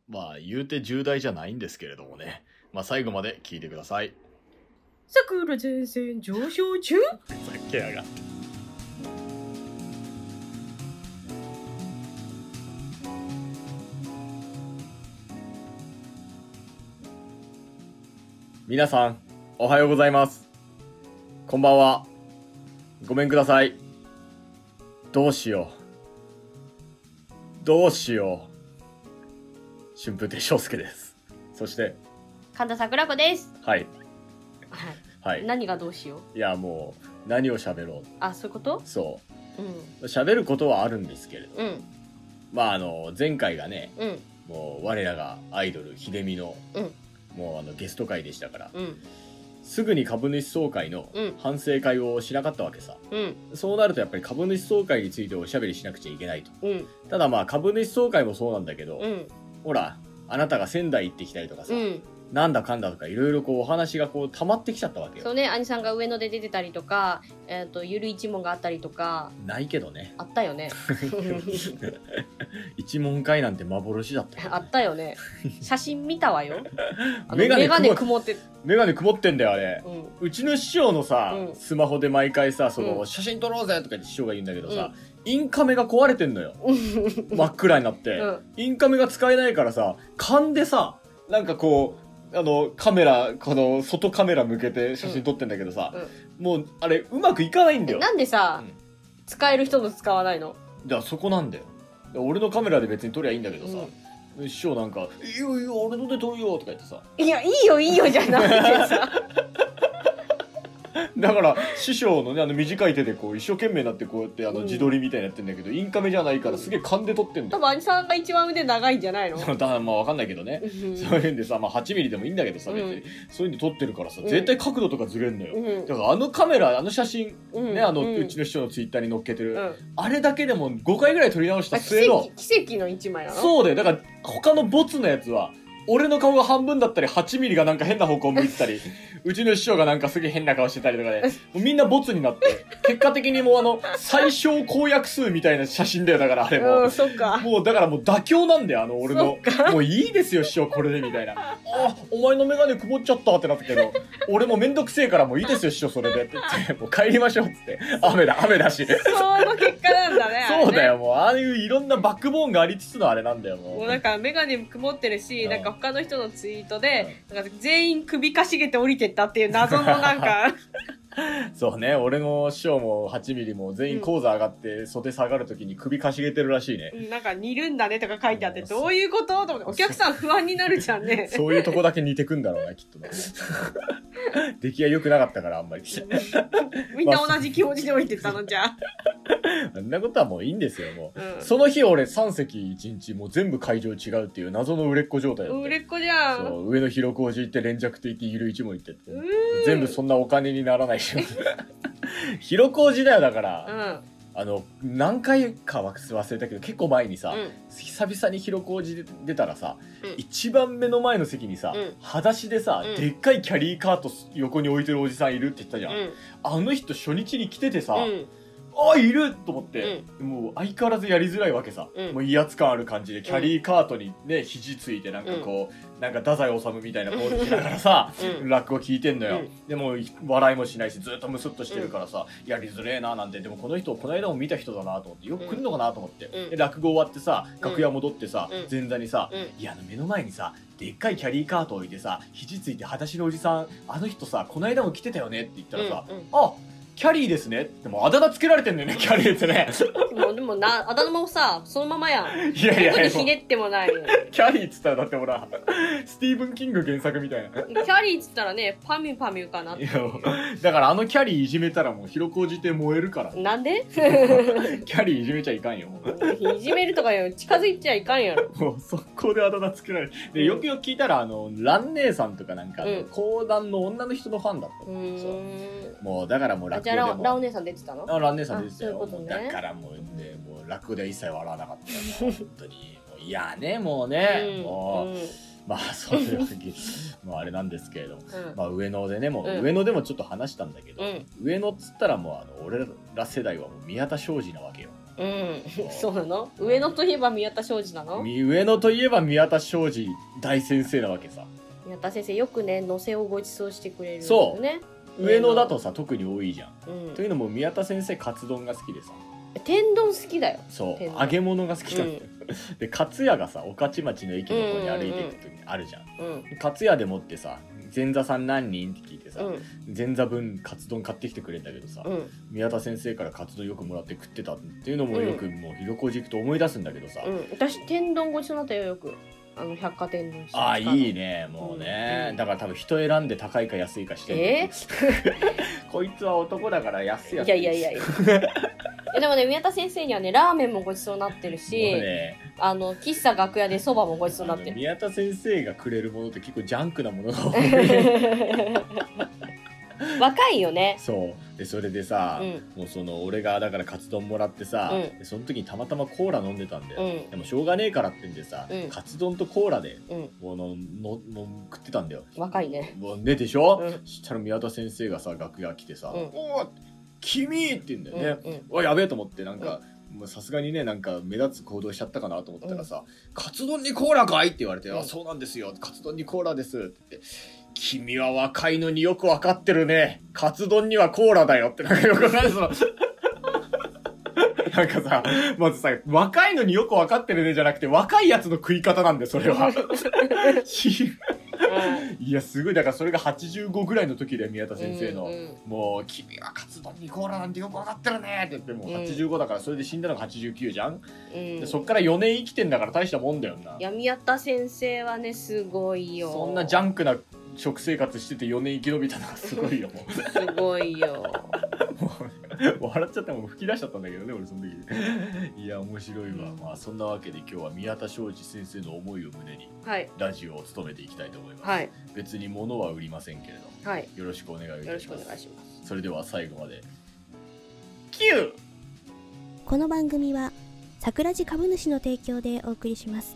まあ言うて重大じゃないんですけれどもね。まあ最後まで聞いてください。 桜前線上昇中。 さっけやが。皆さん、おはようございます。こんばんは。ごめんください。どうしよう。どうしよう。春風亭昇介です。そして、 神田桜子です。 はい。 はい。 はい。 何がどうしよう。 いや、もう、何を喋ろう。 あ、そういうこと？ そうん。 う。喋ることはあるんですけれど。 うん。 まあ、前回がね、 うん。 もう、我らがアイドル、秀美の、 うん。 もう、ゲスト会でしたから、 うん。 すぐに株主総会のうん反省会をしなかったわけさ。 うん。 そうなるとやっぱり株主総会についておしゃべりしなくちゃいけないと。 うん。 ただまあ株主総会もそうなんだけど、 うん。 ほら、あなたが仙台行ってきたりとかさ、 うん。 なんだかんだとかいろいろこうお話がこう溜まってきちゃったわけよ。 そうね、兄さんが上野で出てたりとか、ゆる一問があったりとか。 ないけどね。 あったよね。 一問会なんて幻だったよね、 あったよね。写真見たわよ。 メガネ曇って。 メガネ曇ってんだよあれ。 うん。 うちの師匠のさ、 うんスマホで毎回さ、その、 うん写真撮ろうぜとか言って師匠が言うんだけどさ、インカメが壊れてんのよ。真っ暗になって、インカメが使えないからさ、勘でさ、なんかこう、カメラ、この外カメラ向けて写真撮ってんだけどさ、もうあれうまくいかないんだよ。 なんでさ、使える人の使わないの？ だからそこなんだよ。俺のカメラで別に撮りゃいいんだけどさ、師匠なんか「いいよいいよ俺ので撮るよ」とか言ってさ、 いや、いいよいいよじゃなくてさ。 だから師匠のね短い手でこう一生懸命になってこうやって自撮りみたいにやってんだけど、インカメじゃないからすげえ勘で撮ってんだよ。 多分兄さんが一番腕長いんじゃないの？ だまあわかんないけどね、そういうんでさ、まあ、8ミリでもいいんだけどさ、別にそういうんで撮ってるからさ、絶対角度とかずれんのよ、だからカメラ写真、ねうちの師匠のツイッターに載っけてる、あれだけでも5回ぐらい撮り直した末の奇跡の1枚なの？ そうだよ。だから他のボツのやつは俺の顔が半分だったり8ミリがなんか変な方向向いてたりうちの師匠がなんかすげえ変な顔してたりとかで、もうみんなボツになって結果的にもう最小公約数みたいな写真だよ。だからあれもそっか。 もうだからもう妥協なんだよ俺の。もういいですよ師匠これでみたいな。あお前のメガネ曇っちゃったってなったけど、俺もめんどくせえからもういいですよ師匠それでって言ってもう帰りましょうっつって、雨だし。 その結果なんだね。 そうだよ。もうああいういろんなバックボーンがありつつのあれなんだよ。もうなんかメガネ曇ってるし、なんか他の人のツイートで、なんか全員首かしげて降りてったっていう謎のなんかそうね、俺の師匠も8ミリも全員講座上がって袖下がるときに首かしげてるらしいね、 なんか似るんだねとか書いてあって、どういうことと思ってお客さん不安になるじゃんね。 そういうとこだけ似てくんだろうなきっとね。出来が良くなかったからあんまりみんな同じ気持ちで降りてったのじゃあ。 あんなことはもういいんですよ。もう、その日俺3席1日もう全部会場違うっていう謎の売れっ子状態だった。 売れっ子じゃん。 そう上野広小路行って連着って言ってゆる一も行ってって全部そんなお金にならないし広小路だよ。だから、何回か忘れたけど結構前にさ、久々に広小路で出たらさ、一番目の前の席にさ、裸足でさ、でっかいキャリーカート横に置いてるおじさんいるって言ったじゃん、あの人初日に来ててさ、あいると思って、もう相変わらずやりづらいわけさ、もう威圧感ある感じでキャリーカートにね肘ついてなんかこう、なんか太宰治みたいなポーズしながらさ、落語聞いてんのよ、でも笑いもしないしずっとムスッとしてるからさ、やりづれえななんて。でもこの人この間も見た人だなと思って、よく来るのかなと思って、で落語終わってさ楽屋戻ってさ、前座にさ、いや目の前にさでっかいキャリーカート置いてさ肘ついて裸足のおじさん、あの人さこの間も来てたよねって言ったらさ、あキャリーですね。でもあだ名つけられてんだよね、キャリーってね。 でもあだ名もさ、そのままやん。 いやいや特にひねってもない。 キャリーっつったらだってほら、スティーブン・キング原作みたいな。 キャリーっつったらね、パミュパミュかなって。 いやだからキャリーいじめたらもう広小路で燃えるから。 なんでキャリーいじめちゃいかんよ。 いじめるとかよ、近づいちゃいかんやろ。 もう速攻であだ名つけられる。で、よくよく聞いたら蘭姉さんとかなんか、講談の女の人のファンだった。そうもうだからもう落語でも。 じゃあラオ姉さん出てたの？ ラン姉さん出てたよ。 そういうことね。 だからもうね、もう落語では一切笑わなかったよ。本当に。もういやね、もうね、もう。まあそういうわけもうあれなんですけれども、まあ上野でね、もう上野でもちょっと話したんだけど、上野っつったらもう俺ら世代はもう宮田庄司なわけよ。 うん。そうなの？上野といえば宮田庄司なの？ 上野といえば宮田庄司大先生なわけさ。 宮田先生よくね、のせをご馳走してくれるんだそう。 よね。 上野だとさ、特に多いじゃん。 うん。 というのも宮田先生カツ丼が好きでさ。 天丼好きだよ。 そう。揚げ物が好きなんだよ。で、勝屋がさ、御徒町の駅の方に歩いていく時にあるじゃん。勝屋でもってさ、前座さん何人って聞いてさ、前座分カツ丼買ってきてくれんだけどさ、宮田先生からカツ丼よくもらって食ってたっていうのもよくもう広小路行くと思い出すんだけどさ。 私天丼ごちそうになったよ、よく。百貨店の。 ああ、いいね、もうね。だから多分人選んで高いか安いかしてる。こいつは男だから安いやつ。 いや。でもね、宮田先生にはね、ラーメンもごちそうになってるし、喫茶楽屋でそばもごちそうになってる。 宮田先生がくれるものって結構ジャンクなものが多い。 若いよね。 そうで、それでさ、もう俺がだからカツ丼もらってさ、その時にたまたまコーラ飲んでたんだよ。でもしょうがねえからってんでさ、カツ丼とコーラでもう食ってたんだよ。 若いね。 もうねでしょ。そしたら宮田先生がさ、楽屋来てさ、おー君って言うんだよね。おい、やべえと思って、なんかさすがにね、なんか目立つ行動しちゃったかなと思ったらさ、カツ丼にコーラかいって言われて、あ、そうなんですよ、カツ丼にコーラですって言って、君は若いのによくわかってるね、カツ丼にはコーラだよってなんかよくわかるそのなんかさ、まずさ、若いのによくわかってるねじゃなくて、若いやつの食い方なんだよ、それは。いや、すごい。だからそれが85ぐらいの時で宮田先生の、もう、君はカツ丼にコーラなんてよくわかってるねって言って、もう85だから、それで死んだのが89じゃん、でそっから4年生きてんだから大したもんだよな。 いや、宮田先生はね、すごいよ。 そんなジャンクな食生活してて4年生き延びたのがすごいよ、もう。 すごいよ。 笑っちゃったもん、吹き出しちゃったんだけどね、俺その時に。いや、面白いわ。まあそんなわけで今日は宮田庄司先生の思いを胸に、ラジオを務めていきたいと思います。はい、別に物は売りませんけれど、はい、よろしくお願いいたします。よろしくお願いします。それでは最後まで。9! この番組は桜地株主の提供でお送りします。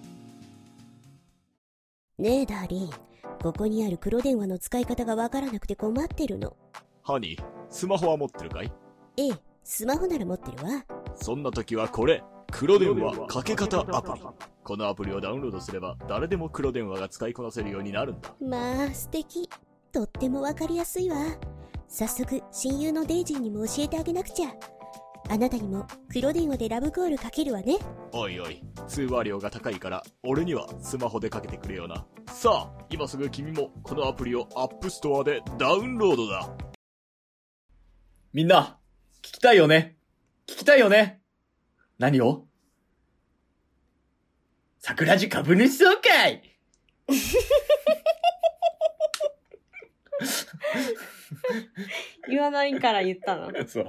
ねえダーリン、ここにある黒電話の使い方がわからなくて困ってるの。 ハニー、スマホは持ってるかい？ ええ、スマホなら持ってるわ。 そんな時はこれ、黒電話かけ方アプリ。このアプリをダウンロードすれば誰でも黒電話が使いこなせるようになるんだ。 まあ素敵、とってもわかりやすいわ。早速親友のデイジーにも教えてあげなくちゃ。あなたにも黒電話でラブコールかけるわね。 おいおい、通話料が高いから俺にはスマホでかけてくれよな。さあ今すぐ君もこのアプリをアップストアでダウンロードだ。 みんな聞きたいよね。聞きたいよね。何を？桜地株主総会言わないから言ったの。 そう。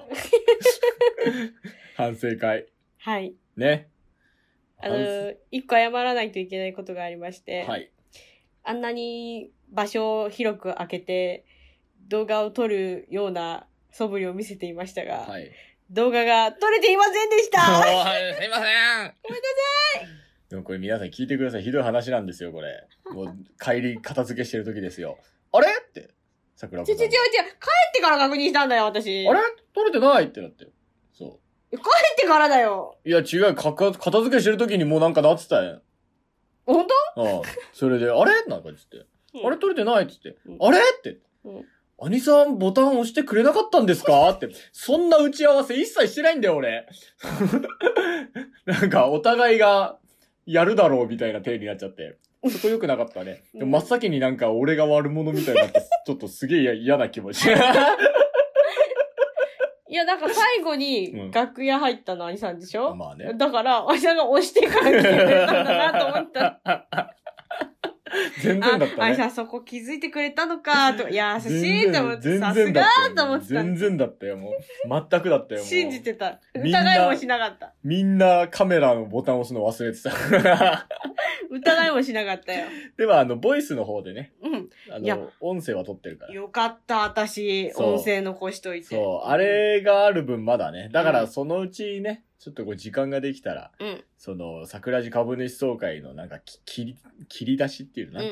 反省会。 はい。 ね。 一個謝らないといけないことがありまして。 はい。 あんなに場所を広く開けて動画を撮るような素振りを見せていましたが、はい、動画が撮れていませんでした。 すいません。ごめんなさい。でもこれ皆さん聞いてください。ひどい話なんですよ、これ。もう帰り片付けしてる時ですよ。あれって。桜子さん。 違う。帰ってから確認したんだよ、私。 あれ撮れてないってなって。そう。 帰ってからだよ。 いや、違う。片付けしてる時にもうなんかなってたやん。 本当？ ああ。それで、あれなんか言って。あれ撮れてないって言って。あれって。兄さんボタン押してくれなかったんですかって。そんな打ち合わせ一切してないんだよ、俺。なんか、お互いがやるだろうみたいな体になっちゃって。そこ良くなかったね。でも真っ先になんか俺が悪者みたいになって、ちょっとすげえ嫌な気持ち。 いや、なんか最後に楽屋入ったの兄さんでしょ？ まあね。 だから、兄さんが押してから来てくれたんだなと思った。 全然だったね。 兄さんそこ気づいてくれたのかとか、優しいと思って、さすがと思ってた。 全然だったよ、もう。全くだったよ、もう。 信じてた。疑いもしなかった。 みんなカメラのボタン押すの忘れてた。 疑いもしなかったよ。 では、ボイスの方でね。音声は撮ってるから。 よかった、私。音声残しといて。 そう。あれがある分まだね。だから、そのうちね、ちょっと時間ができたら、桜地株主総会のなんか切り出しっていうの、なんていうの、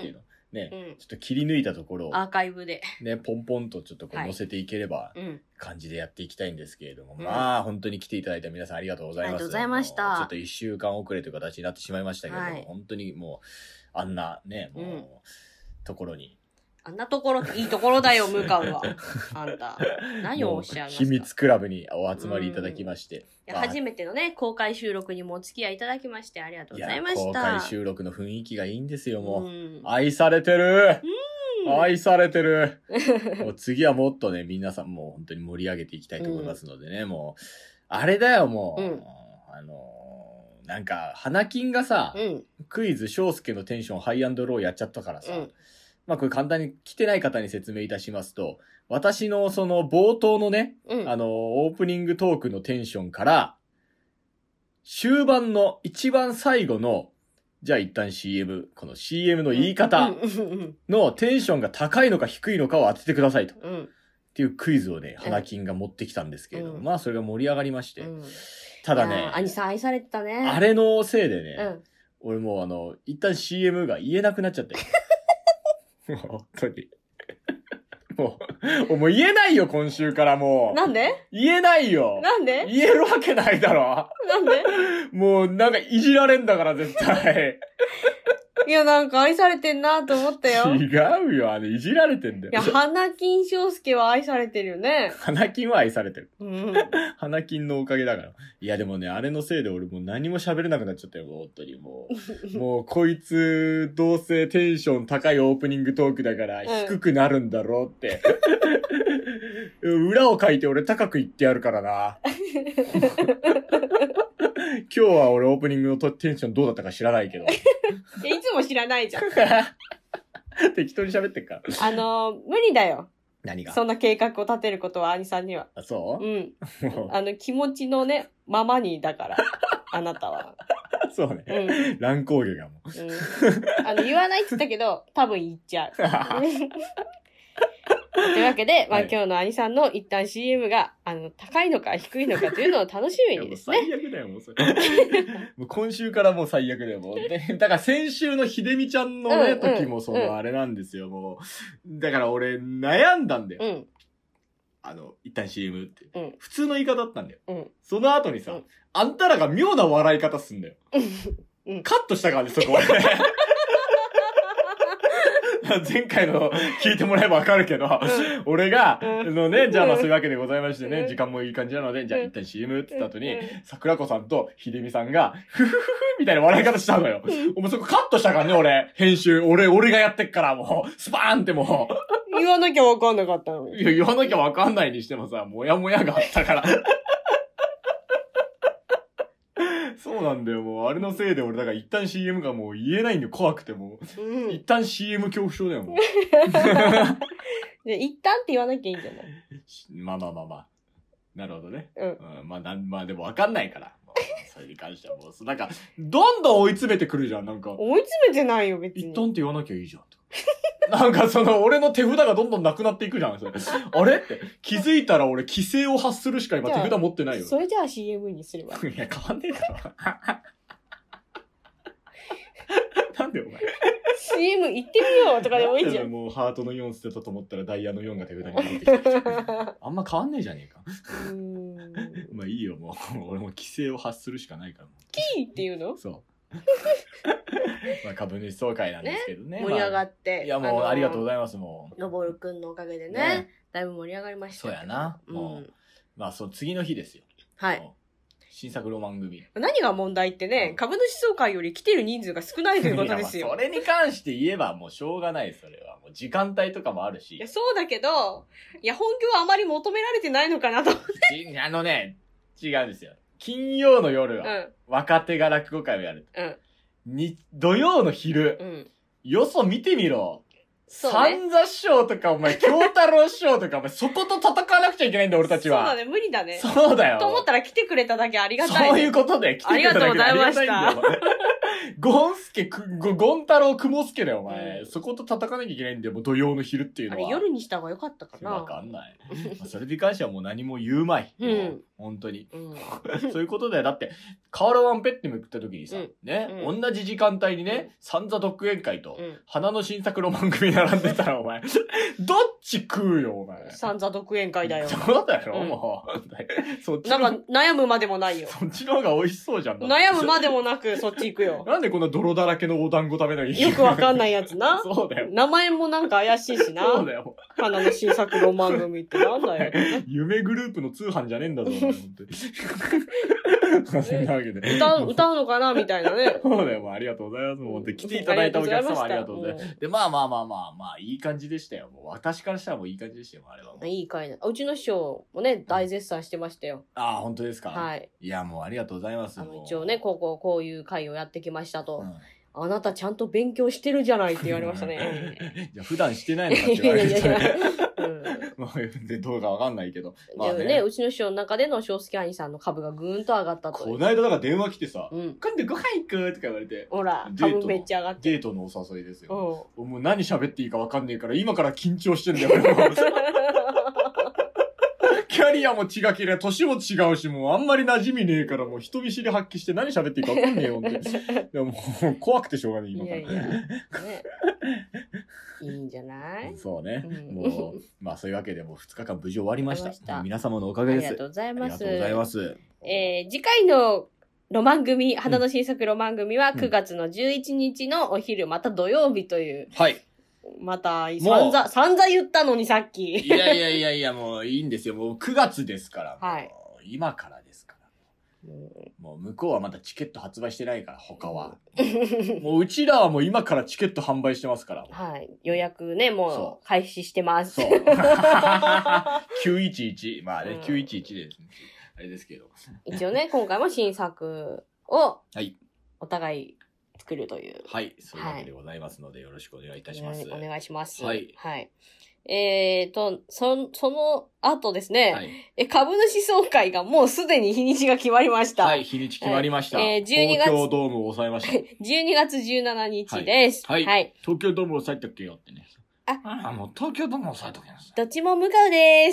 ね、ちょっと切り抜いたところを、 アーカイブで。 ね、ポンポンとちょっとこう載せていければ、感じでやっていきたいんですけれども、まあ、本当に来ていただいた皆さんありがとうございます。ありがとうございました。ちょっと1週間遅れという形になってしまいましたけれども、本当にもう、あんなね、もう、ところに。あんなところっていいところだよ、ムカンは。あんた。何をおっしゃいますか。秘密クラブにお集まりいただきまして。初めてのね、公開収録にもお付き合いいただきましてありがとうございました。公開収録の雰囲気がいいんですよ、もう。愛されてる。愛されてる。もう次はもっとね、皆さんも本当に盛り上げていきたいと思いますのでね、もう、あれだよ、もう。なんか、花金がさ、クイズ、翔介のテンションハイアンドローやっちゃったからさ、まあこれ簡単に来てない方に説明いたしますと、私のその冒頭のね、オープニングトークのテンションから、終盤の一番最後の、じゃあ一旦 CM、この CM の言い方のテンションが高いのか低いのかを当ててくださいと。っていうクイズをね、花金が持ってきたんですけれども、まあそれが盛り上がりまして。ただね、 兄さん愛されてたね。 あれのせいでね、俺もう一旦 CM が言えなくなっちゃって。本当に。もう言えないよ、今週からもう。なんで？言えないよ。なんで？言えるわけないだろ。なんで？もうなんかいじられんだから絶対。いや、なんか愛されてんなと思ったよ。違うよ、あれいじられてんだよ。いや、花金翔介は愛されてるよね。花金は愛されてる。花金のおかげだから。いや、でもね、あれのせいで俺もう何も喋れなくなっちゃったよ、本当にもう。もうこいつ、どうせテンション高いオープニングトークだから低くなるんだろうって。裏を書いて俺高く言ってやるからな。今日は俺オープニングのテンションどうだったか知らないけど。いつも知らないじゃん。適当に喋ってっから。無理だよ。何が？そんな計画を立てることは兄さんには。あ、そう？うん。気持ちのね、ままにだから、あなたは。そうね。乱高下がもう。言わないって言ったけど、多分言っちゃう。というわけで、まあ、今日の兄さんの一旦 CM が、高いのか低いのかというのを楽しみにですね。最悪だよ、もうそれ。もう今週からもう最悪だよ、もう。だから先週の秀美ちゃんのね、時もあれなんですよ、もう。だから俺、悩んだんだよ。一旦 CM って。普通の言い方だったんだよ。その後にさ、あんたらが妙な笑い方すんだよ。カットしたからね、そこは。前回の聞いてもらえばわかるけど、俺が、じゃあまあそういうわけでございましてね、時間もいい感じなので、じゃあ一旦 CM って言った後に、桜子さんと秀美さんが、ふふふふみたいな笑い方したのよ。もうそこカットしたからね、俺。編集。俺がやってっから、もう、スパーンってもう。言わなきゃわかんなかったの。いや、言わなきゃわかんないにしてもさ、もやもやがあったから。そうなんだよ、もう、あれのせいで俺、だから一旦 CM がもう言えないんだよ、怖くてもう。一旦 CM 恐怖症だよ、もう。一旦って言わなきゃいいんじゃない？まあ。なるほどね。まあでもわかんないから。それに関してはもう、なんか、どんどん追い詰めてくるじゃん、なんか。追い詰めてないよ、別に。一旦って言わなきゃいいじゃん、と。なんか俺の手札がどんどんなくなっていくじゃん、それ。あれって気づいたら俺、規制を発するしか今手札持ってないよ。それじゃあ CM にすれば。いや、変わんねえだろ。なんでお前。CM 行ってみようとかでもいいじゃん。もうハートの4捨てたと思ったらダイヤの4が手札に入ってきた。あんま変わんねえじゃねえか。まあいいよ、もう。俺も規制を発するしかないから。キーっていうの？そう。まあ株主総会なんですけどね。盛り上がって。いやもうありがとうございます、もう。のぼるくんのおかげでね。だいぶ盛り上がりました。そうやな。もう。まあ次の日ですよ。はい。新作ロマン組。何が問題ってね、株主総会より来てる人数が少ないということですよ。それに関して言えばもうしょうがない、それは。もう時間帯とかもあるし。いや、そうだけど、いや、本業はあまり求められてないのかなと思って。違うんですよ。金曜の夜は、若手が落語会をやる。土曜の昼、よそ見てみろ。三座師匠とか、お前、京太郎師匠とか、お前、そこと戦わなくちゃいけないんだ、俺たちは。そうだね、無理だね。そうだよ。と思ったら来てくれただけありがたい。そういうことで、来てくれただけありがとうございました。 ゴン太郎雲助だよ、お前。そこと叩かなきゃいけないんだよ、もう土曜の昼っていうのは。 あれ夜にした方がよかったかな。 わかんない。それに関してはもう何も言うまい。本当に。そういうことだよ。だって、河原ワンペッてめくった時にさ、ね、同じ時間帯にね、三座独演会と、花の新作ロマン組並んでたら、お前、どっち食うよ、お前。 三座独演会だよ。 そうだよ、もう。そっちなんか、悩むまでもないよ。 そっちの方が美味しそうじゃん。 悩むまでもなく、そっち行くよ。 なんでこんな泥だらけのお団子食べなきゃいけない？ よくわかんないやつな。 そうだよ。 名前もなんか怪しいしな。 そうだよ。 花の新作ロマン組ってなんだよ。 夢グループの通販じゃねえんだぞ、本当に。そんなわけで。 歌うのかなみたいなね。 そうだよ、もうありがとうございます。もう来ていただいたお客様ありがとうございます。で、まあ、いい感じでしたよ。もう私からしたらもういい感じでしたよ、あれは。 いい回ね。うちの師匠もね、大絶賛してましたよ。 ああ、本当ですか。 はい。 いや、もうありがとうございます。 一応ね、こういう会をやってきましたと。あなたちゃんと勉強してるじゃないって言われましたね。 じゃあ普段してないのかって言われてね。どうかわかんないけど。 まあね、うちの師匠の中での翔介兄さんの株がぐーんと上がったと。 こないだだから電話来てさ、今度ご飯行くとか言われて。 ほら、株めっちゃ上がって。 デートのお誘いですよ。もう何喋っていいかわかんねえから、今から緊張してんだよ。キャリアも違けりゃ年も違うし、もうあんまり馴染みねえから、もう人見知り発揮して何喋っていいか分かんねえよって。でももう怖くてしょうがない今から。いやね、 いいんじゃない？ そうね。もうまあそういうわけでもう2日間無事終わりました。皆様のおかげです。 ありがとうございます。 ありがとうございます。 次回のロマン組、花の新作ロマン組は9月の11日のお昼、また土曜日という。 はい。 また、散々言ったのにさっき。 いや、もういいんですよ。もう9月ですから。 はい。 今からですから。もう向こうはまだチケット発売してないから、他は。もううちらはもう今からチケット販売してますから。 はい。予約ね、もう開始してます。 そう。911。まあね、911ですね。あれですけど。 一応ね、今回も新作を、 はい。 お互い、作るという。 はい。そういうわけでございますので、よろしくお願いいたします。 お願いします。 はい。 はい。その後ですね、はい、株主総会がもうすでに日にちが決まりました。 はい、日にち決まりました。東京ドームを抑えました。 12月17日です。 はい。はい、東京ドームを抑えとけよってね。もう東京ドームを抑えとけよ。 どっちも向かうです。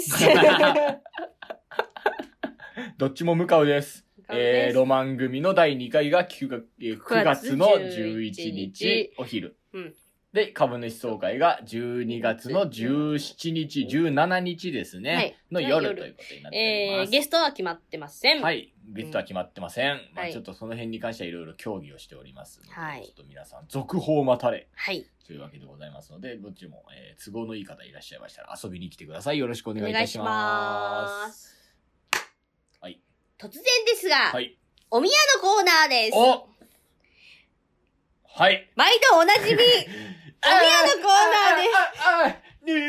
どっちも向かうです。ロマン組の第2回が9月の11日お昼。で、株主総会が12月の17日、17日ですね。はい、の夜ということになっております。 ゲストは決まってません。 はい。ゲストは決まってません。まあちょっとその辺に関してはいろいろ協議をしておりますので、はい。ちょっと皆さん、続報待たれ。はい。というわけでございますので、どっちも、都合のいい方いらっしゃいましたら遊びに来てください。よろしくお願いいたします。お願いします。はい。 突然ですが、 はい。 お宮のコーナーです。 おはい。 毎度おなじみ、お宮のコーナーです。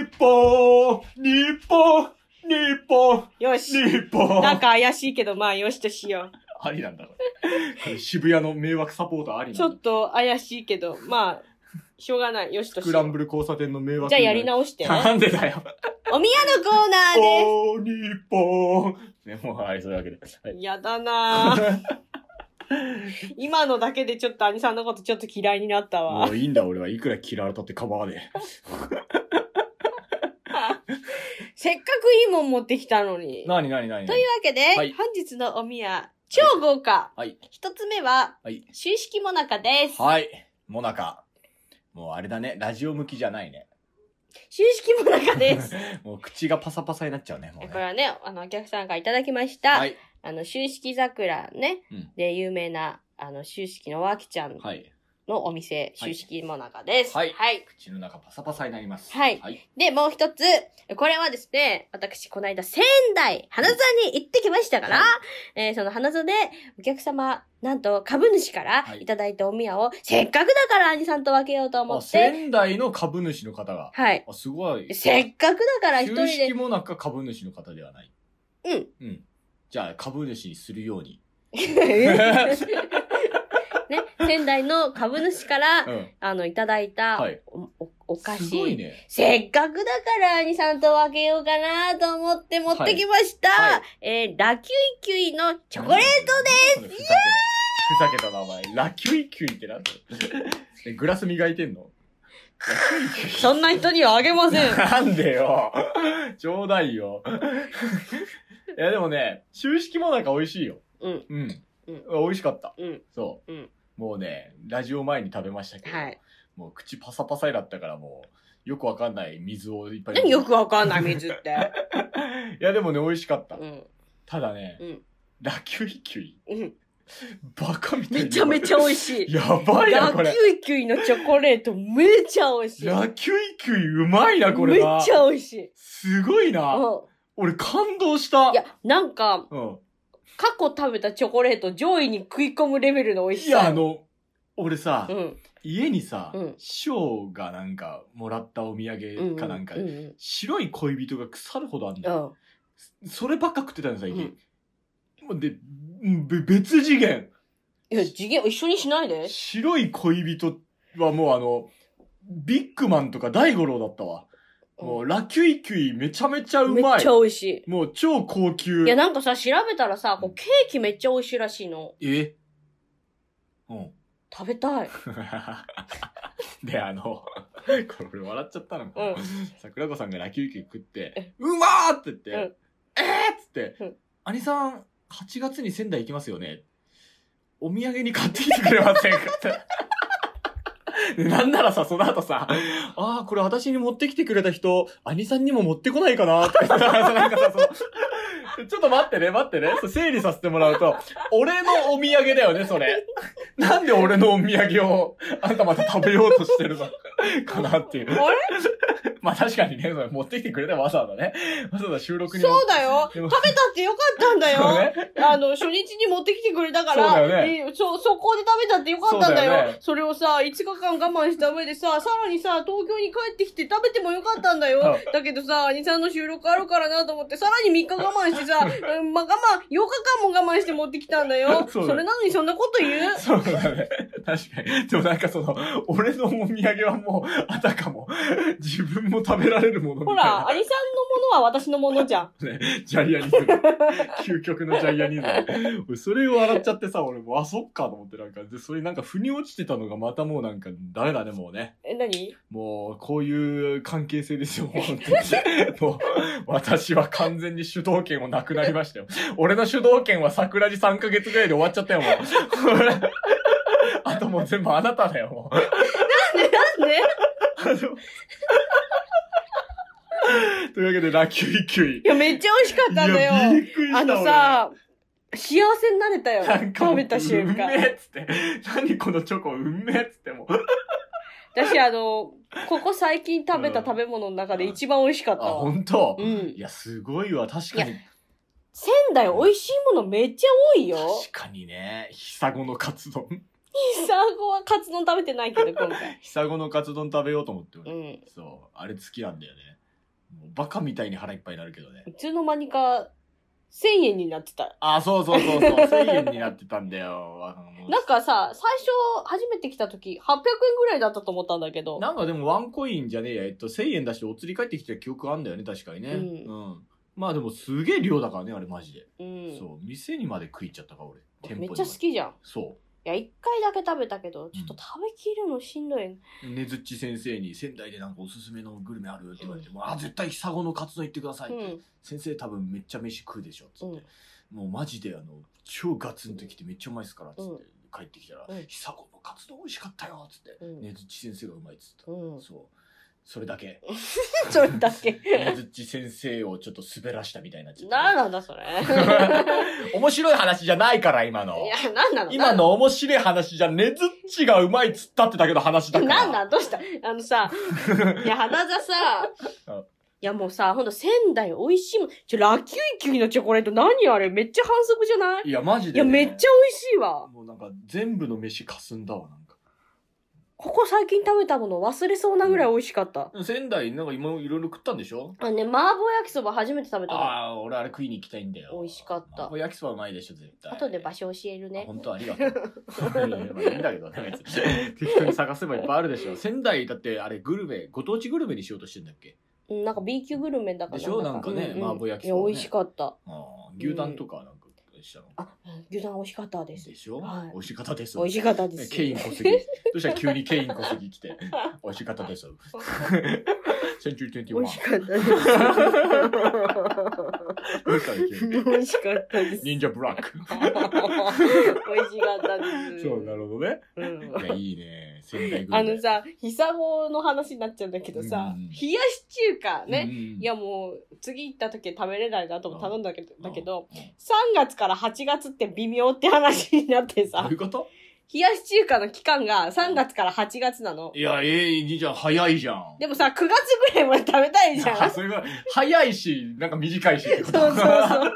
日本よし。なんか怪しいけど、まあよしとしよう。 ありなんだ、これ。渋谷の迷惑サポーターありなんだ。 ちょっと怪しいけど、まあ、しょうがない。よしとしよう。 スクランブル交差点の迷惑。 じゃあやり直して。 なんでだよ。 お宮のコーナーです。日本。ね、もう、はい、そういうわけで。はい、 やだなぁ。今のだけでちょっと兄さんのことちょっと嫌いになったわ。 もういいんだ、俺はいくら嫌われたって構わねえ。 せっかくいいもん持ってきたのに。 なにというわけで、はい、本日のお宮、超豪華。はい。一つ目は、はい。秋式もなかです。 はい。もなか。もうあれだね、ラジオ向きじゃないね。 秋式もなかです。 もう口がパサパサになっちゃうね。もうねこれはね、お客さんからいただきました。はい。秋式桜ね、で有名な、秋式のわきちゃんのお店、秋式もなかです。 はい。はい。口の中パサパサになります。 はい。はい。で、もう一つ、これはですね、私、この間、仙台、花座に行ってきましたから、はい、その花座で、お客様、なんと、株主からいただいたお宮を、せっかくだから兄さんと分けようと思って。 仙台の株主の方が。 はい。 すごい。 せっかくだから一人で。 秋式もなか株主の方ではない。 うん。 うん。じゃあ、株主にするように。 ね、仙台の株主から、いただいたお菓子。 すごいね。 せっかくだから兄さんと分けようかなと思って持ってきました。ラキュイキュイのチョコレートです。イエーイざけた名前。ラキュイキュイってなんだよ。グラス磨いてんの？ラキュイキュイ。 そんな人にはあげません。 なんでよ。ちょうだいよ。いやでもね、秋式もなんか美味しいよ。うん。うん。美味しかった。うん。そう。うん。もうね、ラジオ前に食べましたけど、はい。もう口パサパサになったからもう、よくわかんない水をいっぱい。 何よくわかんない水って。 いやでもね、美味しかった。うん。ただね、うん、ラキュイキュイ。うん。バカみたいな。 めちゃめちゃ美味しい。 やばいな、これ。 ラキュイキュイのチョコレートめちゃ美味しい。 ラキュイキュイうまいな、これな。めっちゃ美味しい。 すごいな。うん。俺感動した。 いや、なんか、うん。過去食べたチョコレート上位に食い込むレベルの美味しさ。 いや、俺さ、うん、家にさ、うん、師匠がなんかもらったお土産かなんか、白い恋人が腐るほどあんだよ。うん、そればっか食ってたの最近。うん、で、別次元。 いや、次元一緒にしないで。 白い恋人はもうビッグマンとか大五郎だったわ。もう、ラキュイキュイめちゃめちゃうまい。 めっちゃ美味しい。もう超高級。 いや、なんかさ、調べたらさ、こうケーキめっちゃ美味しいらしいの。 うん。 食べたい。 で、これ俺笑っちゃったのか。うん、桜子さんがラキュイキュイ食って、うまーって言って、うん、っつって、うん、兄さん、8月に仙台行きますよね。お土産に買ってきてくれませんかって。なんならさ、その後さ、ああ、これ私に持ってきてくれた人、兄さんにも持ってこないかなって。なんかさ、ちょっと待ってね。整理させてもらうと、俺のお土産だよね、それ。なんで俺のお土産を、あんたまた食べようとしてるのかなっていう。あれまあ確かにね、持ってきてくれたわざわざね。わざわざ収録に。 そうだよ。食べたってよかったんだよ。ね、初日に持ってきてくれたから、そうだよね。そこで食べたってよかったんだよ。それをさ、5日間我慢した上でさ、さらにさ、東京に帰ってきて食べてもよかったんだよ。だけどさ、2、3の収録あるからなと思って、さらに3日我慢してさ、まあ、8日間も我慢して持ってきたんだよ。それなのにそんなこと言う？ そうだね。確かに。でもなんか俺のお土産はもう、あたかも、自分も食べられるものみたいな。 ほら、アリさんのものは私のものじゃん。 ね、ジャイアニズム。究極のジャイアニズム。それを笑っちゃってさ、俺も、そっかと思ってなんか、で、それなんか腑に落ちてたのがまたもうなんか、ダメだね、もうね。 何？ もう、こういう関係性ですよ、本当に。もう、私は完全に主導権をなくなりましたよ。俺の主導権は桜地3ヶ月ぐらいで終わっちゃったよ、もう。あともう全部あなただよ、もう。 なんでというわけで、ラキュイキュイ。 いや、めっちゃ美味しかったんだよ。 いや、びっくりした。 さ、幸せになれたよ。食べた瞬間。 うんめえっつって。何このチョコ、うんめえっつっても。 私、ここ最近食べた食べ物の中で一番美味しかったわ。 ほんと？うん。いや、すごいわ、確かに。 仙台美味しいものめっちゃ多いよ。 確かにね。久子のカツ丼。 久子はカツ丼食べてないけど、今回。 久子のカツ丼食べようと思って。うん。そう。あれ好きなんだよね。もうバカみたいに腹いっぱいになるけどね。 いつの間にか、1000円になってた。 あ、そう。1000円になってたんだよ。 なんかさ、最初、初めて来た時、800円ぐらいだったと思ったんだけど。 なんかでもワンコインじゃねえや。1000円出してお釣り返ってきた記憶あんだよね、確かにね。うん。まあでもすげえ量だからね、あれマジで。うん。そう。店にまで食いっちゃったか、俺。 店舗に。めっちゃ好きじゃん。 そう。 いや、1回だけ食べたけど、ちょっと食べきるのしんどい。 ねずっち先生に仙台でなんかおすすめのグルメあるって言われて、絶対久子のカツ丼行ってくださいって。先生多分めっちゃ飯食うでしょ、つって。もうマジで超ガツンときてめっちゃうまいっすから、つって帰ってきたら、久子のカツ丼美味しかったよ、つって。ねずっち先生がうまいっつった。そう。それだけ。 それだけ。 ねずっち先生をちょっと滑らしたみたいになっちゃった。 なんだそれ。 面白い話じゃないから、今の。 いや、なんなの今の面白い話じゃ、ねずっちがうまいっつったってだけの話だから。 なんどうしたさ、いや、花座さ、いやもうさ、ほんと仙台美味しいもん。ラキュイキュイのチョコレート何あれめっちゃ反則じゃない？ いや、マジで、 ね。いや、めっちゃ美味しいわ。 もうなんか全部の飯かすんだわ、なんか。 ここ最近食べたもの忘れそうなぐらい美味しかった。 仙台なんか今いろいろ食ったんでしょ？ 麻婆焼きそば初めて食べたの。 ああ、俺あれ食いに行きたいんだよ。 美味しかった。 麻婆焼きそばうまいでしょ、絶対。 後で場所教えるね。 本当ありがとう。いいんだけどね、別に。適当に探せばいっぱいあるでしょ。仙台だってあれご当地グルメにしようとしてんだっけ？ なんか B 級グルメだから。 でしょなんかね、麻婆焼きそば、 いや、美味しかった。 牛タンとかなんか。 でしたの？ 牛タン美味しかったです。 でしょ、 はい、 美味しかったです。 美味しかったです。 ケイン小杉。そしたら急にケイン小杉来て、美味しかったです。 美味しかったです。美味しかったです。 忍者ブラック。 美味しかったです。 そう、なるほどね。いや、いいね。仙台グルメ。 さ、久子の話になっちゃうんだけどさ、冷やし中華ね。いやもう、次行った時食べれないなとも頼んだけど、3月から8月って微妙って話になってさ。 どういうこと？ 冷やし中華の期間が3月から8月なの。 いや、いいじゃん。早いじゃん。 でもさ、9月ぐらいまで食べたいじゃん。 それが、早いし、なんか短いしってこと。 そうそうそう。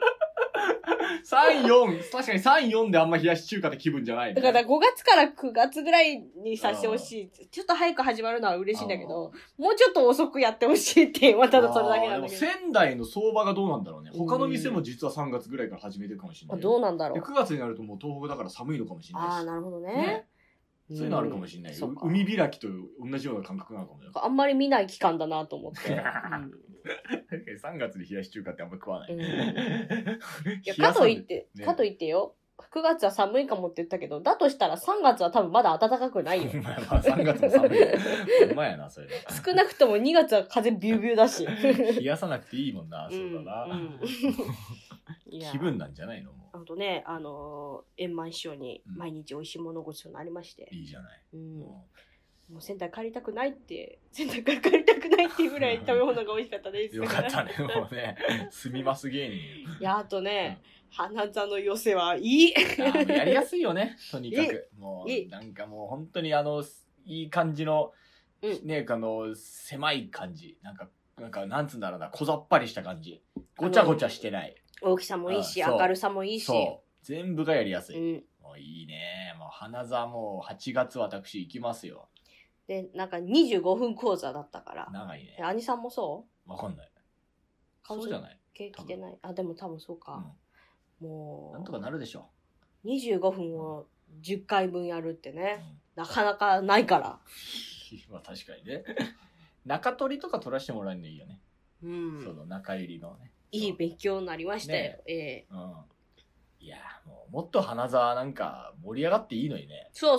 3、4、確かに3、4であんま冷やし中華って気分じゃない、ね。 だから5月から9月ぐらいにさせてほしい。ちょっと早く始まるのは嬉しいんだけど、もうちょっと遅くやってほしいってまただそれだけなんだけど。 でも仙台の相場がどうなんだろうね。他の店も実は3月ぐらいから始めてるかもしれない。 どうなんだろう。 で9月になるともう東北だから寒いのかもしれないし。 ああ、なるほどね。 そういうのあるかもしれないよ。海開きと同じような感覚なのかもよ。 あんまり見ない期間だなと思って。 3月に冷やし中華ってあんま食わない。いや、かといってよ。9月は寒いかもって言ったけど、だとしたら3月は多分まだ暖かくないよ。 まあ3月も寒いよ。ほんまやな、それ。 少なくとも2月は風ビュービューだし。 冷やさなくていいもんな、そうだな。気分なんじゃないの？ あとね、円満師匠に毎日美味しいものごちそうになりまして。 いいじゃない。 もう仙台帰りたくないって、仙台から帰りたくないっていうぐらい食べ物が美味しかったです。 よかったね、もうね。住みます芸人。 いや、あとね、花座の寄せはいい。 やりやすいよね、とにかく。もう、なんかもう本当にいい感じの、ね、狭い感じ。なんか、なんつうんだろうな、小ざっぱりした感じ。ごちゃごちゃしてない。 大きさもいいし、明るさもいいし。 そう。全部がやりやすい。もういいね。もう花座もう8月私行きますよ。 で、なんか25分講座だったから。 長いね。 兄さんもそう？ わかんない。そうじゃない？ 来てない。あ、でも多分そうか。もう。 なんとかなるでしょ。 25分を10回分やるってね。なかなかないから。 まあ確かにね。中取りとか取らせてもらえるのいいよね。 うん。 その中入りのね。 いい勉強になりましたよ。 いや、もっと花座なんか盛り上がっていいのにね。 そう。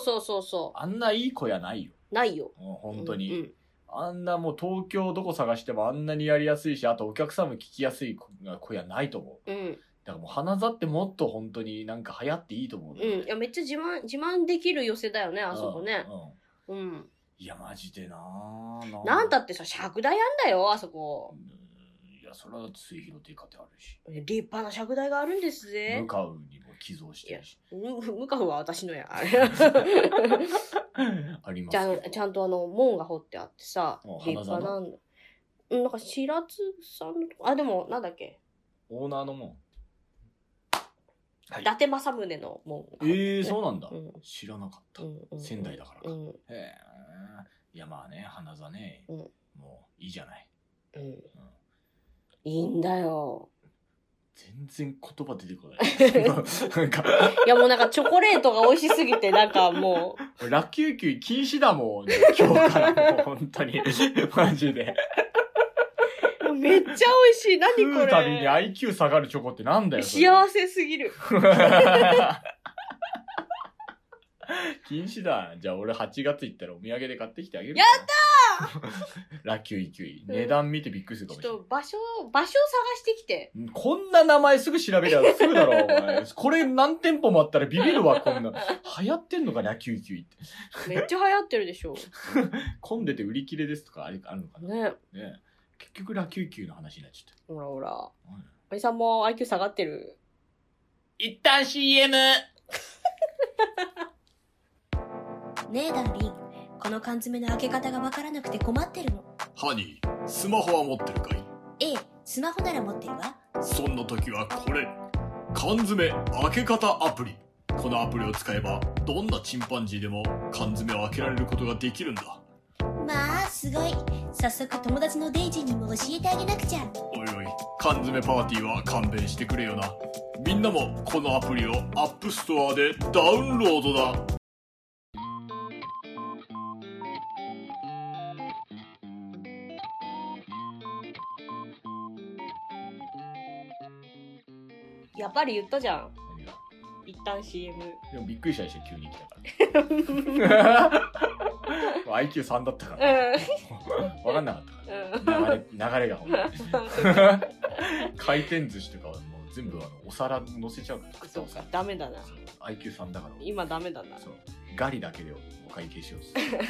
あんないい小屋ないよ。 ないよ。 本当に。あんなもう東京どこ探してもあんなにやりやすいし、あとお客さんも聞きやすい小屋ないと思う。だからもう花座ってもっと本当になんか流行っていいと思う。 いや、めっちゃ自慢できる寄せだよね、あそこね。 いや、マジでなんだってさ、尺台あんだよ、あそこ。 いや、それはだって末広亭家ってあるし。 立派な尺台があるんですぜ。 向かうにも寄贈してるし。 向かうは私のや。ありますよ。ちゃんと門が掘ってあってさ、立派なんだ。なんか白津さんのとこ、あ、でも、なんだっけ。 オーナーの門。 伊達政宗の門。 そうなんだ。知らなかった。仙台だからか。いや、まあね、花座ね。もう、いいじゃない。いいんだよ。 全然言葉出てこない。 いやもうなんかチョコレートが美味しすぎて、なんかもう。ラッキューキュイ禁止だもん。今日からもう本当に。マジで。 めっちゃ美味しい。何これ。 食うたびに IQ 下がるチョコってなんだよ。 幸せすぎる。 禁止だ。じゃあ俺8月行ったらお土産で買ってきてあげる。 やったーラッキューイキュイ。値段見てびっくりするかもしれない。 ちょっと場所を探してきて。 こんな名前すぐ調べりゃすぐだろ、お前。これ何店舗もあったらビビるわ、こんな。流行ってんのか、ラッキューイキュイって。 めっちゃ流行ってるでしょ。 混んでて売り切れですとかあるのかな。 ね。 結局ラッキューイキュイの話になっちゃった。 ほら。おじさんも IQ 下がってる。 一旦 CM! ねえダーリン、この缶詰の開け方がわからなくて困ってるの。 ハニー、スマホは持ってるかい？ ええ、スマホなら持ってるわ。 そんな時はこれ、缶詰開け方アプリ。このアプリを使えばどんなチンパンジーでも缶詰を開けられることができるんだ。 まあすごい。早速友達のデイジーにも教えてあげなくちゃ。 おいおい、缶詰パーティーは勘弁してくれよな。みんなもこのアプリをアップストアでダウンロードだ。 やっぱり言ったじゃん。 一旦 CM。 でもびっくりしたでしょ、急に来たから。IQ3 だったから。わかんなかったから。流れがほんまに。回転寿司とかはもう全部お皿乗せちゃうから。 そうか、ダメだな。 IQ3 だから。 今ダメだな。 そう。ガリだけでお会計しよう。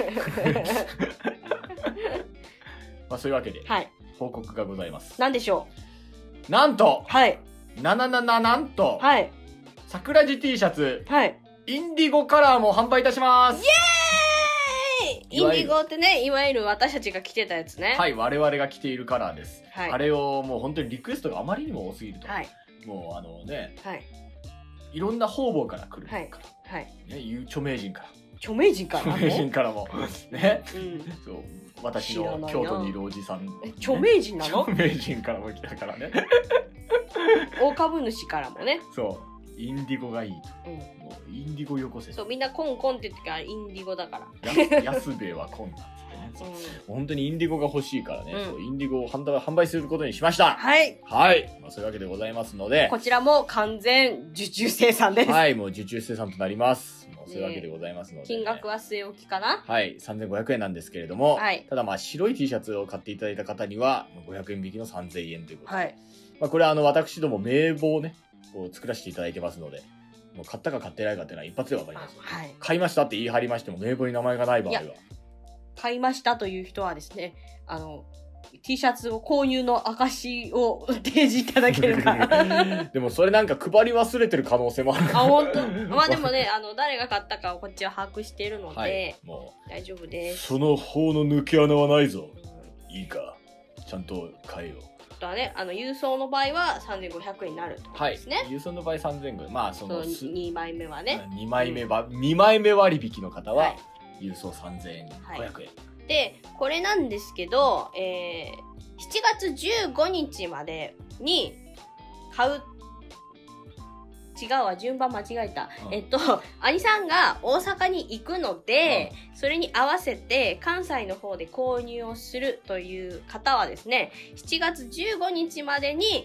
まあそういうわけで、報告がございます。 何でしょう。なんと、 はい。 なんと、 はい。 桜地 T シャツ、 はい。 インディゴカラーも販売いたします。 イエーイ！インディゴってね、いわゆる私たちが着てたやつね。 はい、我々が着ているカラーです。 はい。 あれをもう本当にリクエストがあまりにも多すぎると。 はい。 もうね、 はい。 いろんな方々から来るから。 はい。 ね、著名人から。 著名人から著名人からも。ね。 うん。 そう。私の京都にいるおじさん。 著名人なの？ 著名人からも来たからね。 大株主からもね。 そう。インディゴがいいと。もうインディゴよこせ。 そう、みんなコンコンって言ってからインディゴだから。 安兵衛はコンなんですね。本当にインディゴが欲しいからね。そう、インディゴを販売することにしました。 はい。 はい。まあそういうわけでございますので。 こちらも完全受注生産です。 はい、もう受注生産となります。そういうわけでございますので、 金額は据え置きかな。 はい、3500円なんですけれども、 はい、 ただまあ白い T シャツを買っていただいた方には500円引きの3000円ということで、 はい、 まあこれは私ども名簿をねこう作らせていただいてますので、もう買ったか買ってないかっていうのは一発でわかります、 はい、 買いましたって言い張りましても名簿に名前がない場合は、 買いましたという人はですね、T シャツを購入の証を提示いただけるからでもそれなんか配り忘れてる可能性もあるから。 あ、本当。まあでもね、誰が買ったかをこっちは把握しているので、はい、もう大丈夫です。 その方の抜け穴はないぞ。いいか、ちゃんと買えよ。 とはね、郵送の場合は3500円になるってことですね。 はい、郵送の場合3500円。まあその 2枚目はね。 2枚目割引の方は郵送3500円。はい、 で、これなんですけど、7月15日までに買う。違うわ、順番間違えた。兄さんが大阪に行くので、それに合わせて関西の方で購入をするという方はですね、7月15日までに、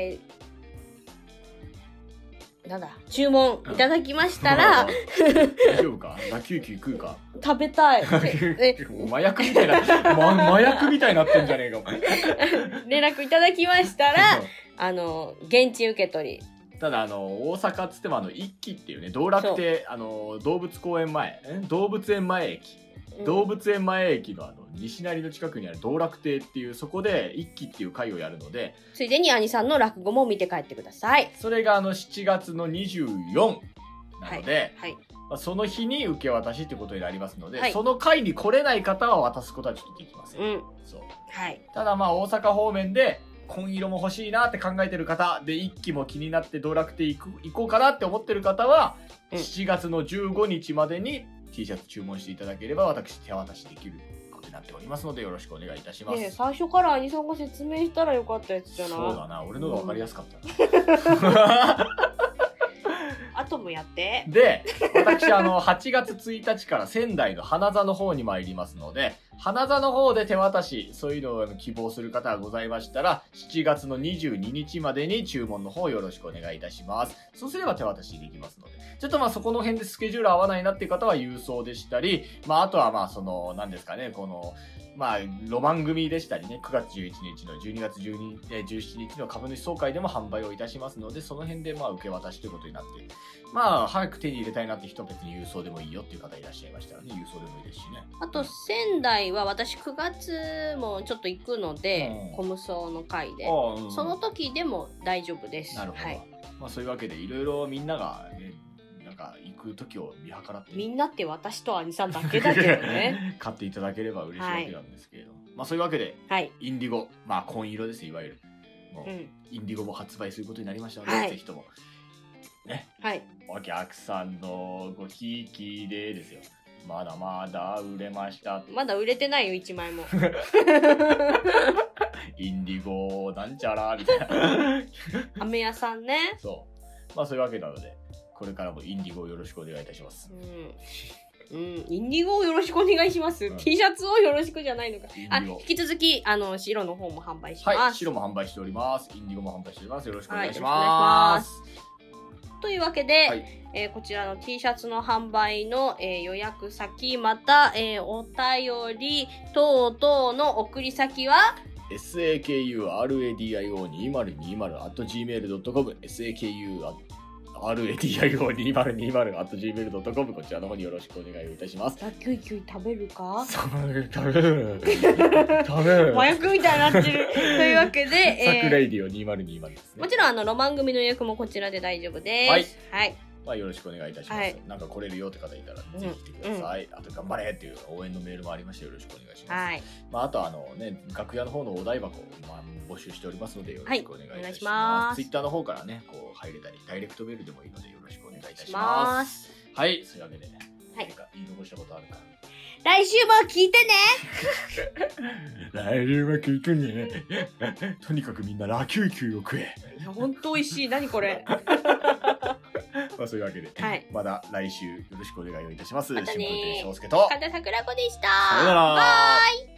注文いただきましたら、 大丈夫か？ラキューキュー食うか？ 食べたい。 麻薬みたいな、麻薬みたいになってんじゃねえか、お前。 連絡いただきましたら、現地受け取り。 ただ大阪っつっても一期っていうね、道楽亭、動物園前駅、動物園前駅の西成の近くにある道楽亭っていう、そこで一期っていう会をやるので、 ついでに兄さんの落語も見て帰ってください。 それが7月の24なので、はいはい、まあ、その日に受け渡しってことになりますので、はい、その会に来れない方は渡すことはちょっとできません。そう。はい。ただまあ大阪方面で紺色も欲しいなって考えてる方で、一期も気になって道楽亭行こうかなって思ってる方は、7月の15日までに T シャツ注文していただければ私手渡しできることになっておりますので、よろしくお願いいたします。 ね、最初から兄さんが説明したらよかったやつじゃない？ そうだな、俺のが分かりやすかったな。 あともやって。 で、私8月1日から仙台の花座の方に参りますので、花座の方で手渡し、そういうのを希望する方がございましたら、7月の22日までに注文の方よろしくお願いいたします。そうすれば手渡しできますので、ちょっとまあそこの辺でスケジュール合わないなっていう方は郵送でしたり、まああとはまあ何ですかね、まあ、ロマン組でしたりね、9月11日の12月17日の株主総会でも販売をいたしますので、その辺でまあ受け渡しということになって、まあ、早く手に入れたいなって人は別に郵送でもいいよっていう方いらっしゃいましたらね、郵送でもいいですしね。 あと、仙台は私9月もちょっと行くので、コムソの会で、その時でも大丈夫です。 なるほど。はい、まあ、そういうわけで、いろいろみんながね、行く時を見計らって、 みんなって私と兄さんだけだけどね。 買っていただければ嬉しいわけなんですけれども、まあそういうわけで、はい、インディゴ、まあ紺色ですいわゆるもう、インディゴも発売することになりましたので、はい、ぜひともね、はい、お客さんのごひいきでですよ、まだまだ売れました。 まだ売れてないよ1枚も。 インディゴなんちゃらみたいな。 飴屋さんね。 そう、まあそういうわけなので、これからもインディゴをよろしくお願いいたします。 インディゴをよろしくお願いします。T シャツをよろしくじゃないのか。引き続き、白の方も販売します。 はい、白も販売しております。インディゴも販売しております。よろしくお願いします。 というわけで、 はいこちらの T シャツの販売の、予約先、また、お便り等々の送り先は sakuradio2020@gmail.com sakuradio2020@gmail.com こちらの方によろしくお願いいたします。 キュイキュイ食べるか食べる麻薬みたいになってるというわけで、 サクライディオ2020ですね。 もちろんロマン組の予約もこちらで大丈夫です。 はい、 はいまあ、よろしくお願いいたします。 はい、 なんか来れるよって方いたらぜひ来てください。あと頑張れっていう応援のメールもありましてよろしくお願いします。 はい、 まあ、あとね、楽屋の方のお台箱を、募集しておりますのでよろしくお願いいたします。 はい、お願いします。 ツイッターの方からね、こう入れたり、ダイレクトメールでもいいのでよろしくお願いいたします。はい、そういうわけで、はい、何か言い残したことあるか。 来週も聞いてね来週も聞いてねとにかくみんなラキュイキュイを食え。 いや、ほんと美味しい。何これまあそういうわけで、 はい、 まだ来週よろしくお願いをいたします。 またね。 下手翔介と神田桜子でした。 さよなら。 バイ。